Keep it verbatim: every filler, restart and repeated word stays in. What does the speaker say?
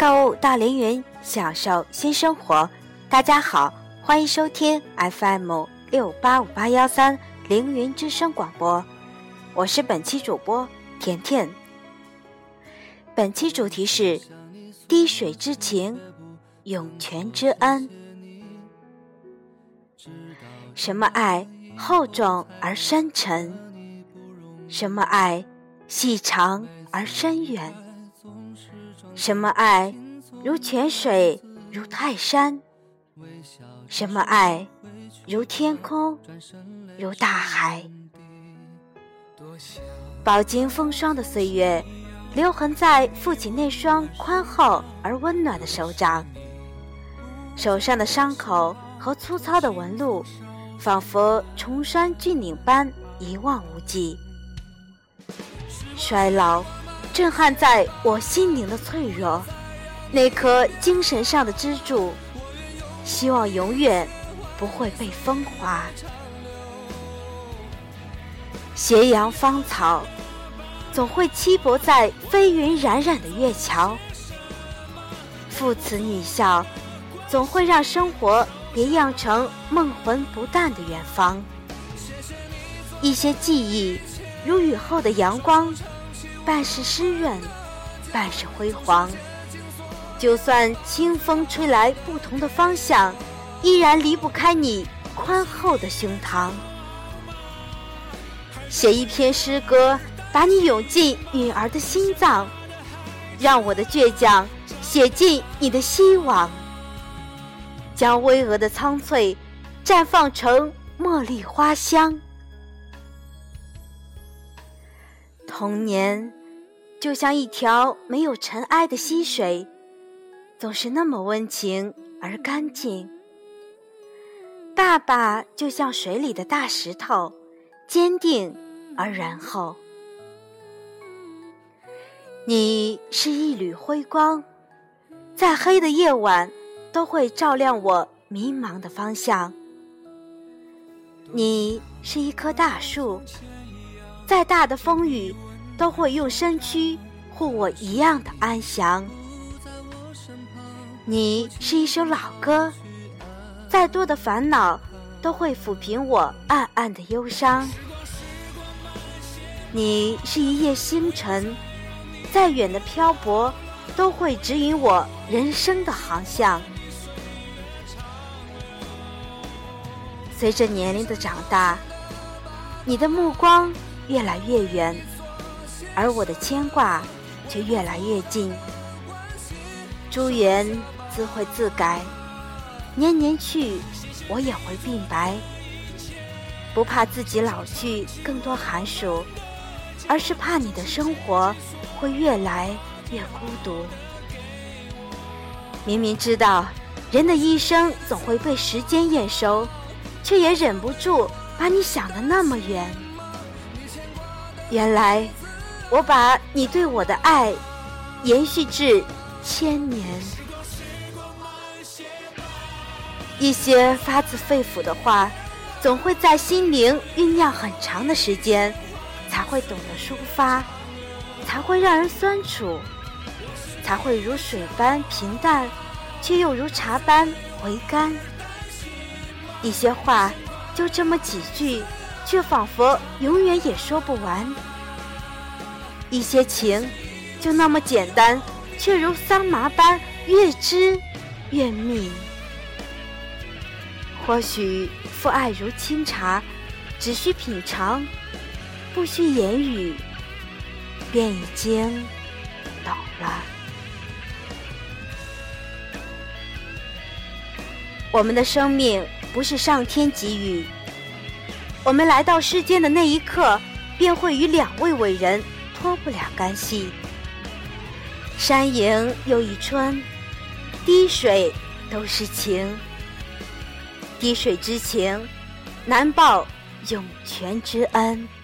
购物到凌云，享受新生活。大家好，欢迎收听 F M 六八五八一三凌云之声广播，我是本期主播甜甜。本期主题是滴水之情，涌泉之恩。什么爱厚重而深沉？什么爱细长而深远？什么爱如泉水，如泰山？什么爱如天空，如大海？饱经风霜的岁月，留痕在父亲那双宽厚而温暖的手掌，手上的伤口和粗糙的纹路仿佛崇山峻岭般一望无际。衰老震撼在我心灵的脆弱，那颗精神上的支柱，希望永远不会被风化。斜阳芳草总会栖泊在飞云冉冉的月桥，父慈女孝总会让生活别样成梦魂不淡的远方。一些记忆如雨后的阳光，半是湿润，半是辉煌，就算清风吹来不同的方向，依然离不开你宽厚的胸膛。写一篇诗歌，把你涌进女儿的心脏，让我的倔强写进你的希望，将巍峨的苍翠绽放成茉莉花香。童年就像一条没有尘埃的溪水，总是那么温情而干净。爸爸就像水里的大石头，坚定而然后。你是一缕辉光，在黑的夜晚都会照亮我迷茫的方向。你是一棵大树，再大的风雨都会用身躯护我一样的安详。你是一首老歌，再多的烦恼都会抚平我暗暗的忧伤。你是一叶星辰，再远的漂泊都会指引我人生的航向。随着年龄的长大，你的目光越来越远，而我的牵挂却越来越近。珠圆自会自改，年年去，我也会鬓白。不怕自己老去更多寒暑，而是怕你的生活会越来越孤独。明明知道人的一生总会被时间验收，却也忍不住把你想得那么远。原来我把你对我的爱延续至千年。一些发自肺腑的话，总会在心灵酝酿很长的时间，才会懂得抒发，才会让人酸楚，才会如水般平淡，却又如茶般回甘。一些话就这么几句，却仿佛永远也说不完。一些情就那么简单，却如桑麻般越织越密。或许父爱如清茶，只需品尝，不需言语，便已经懂了。我们的生命不是上天给予，我们来到世间的那一刻，便会与两位伟人脱不了干系。山迎又一春，滴水都是情，滴水之情，难报涌泉之恩。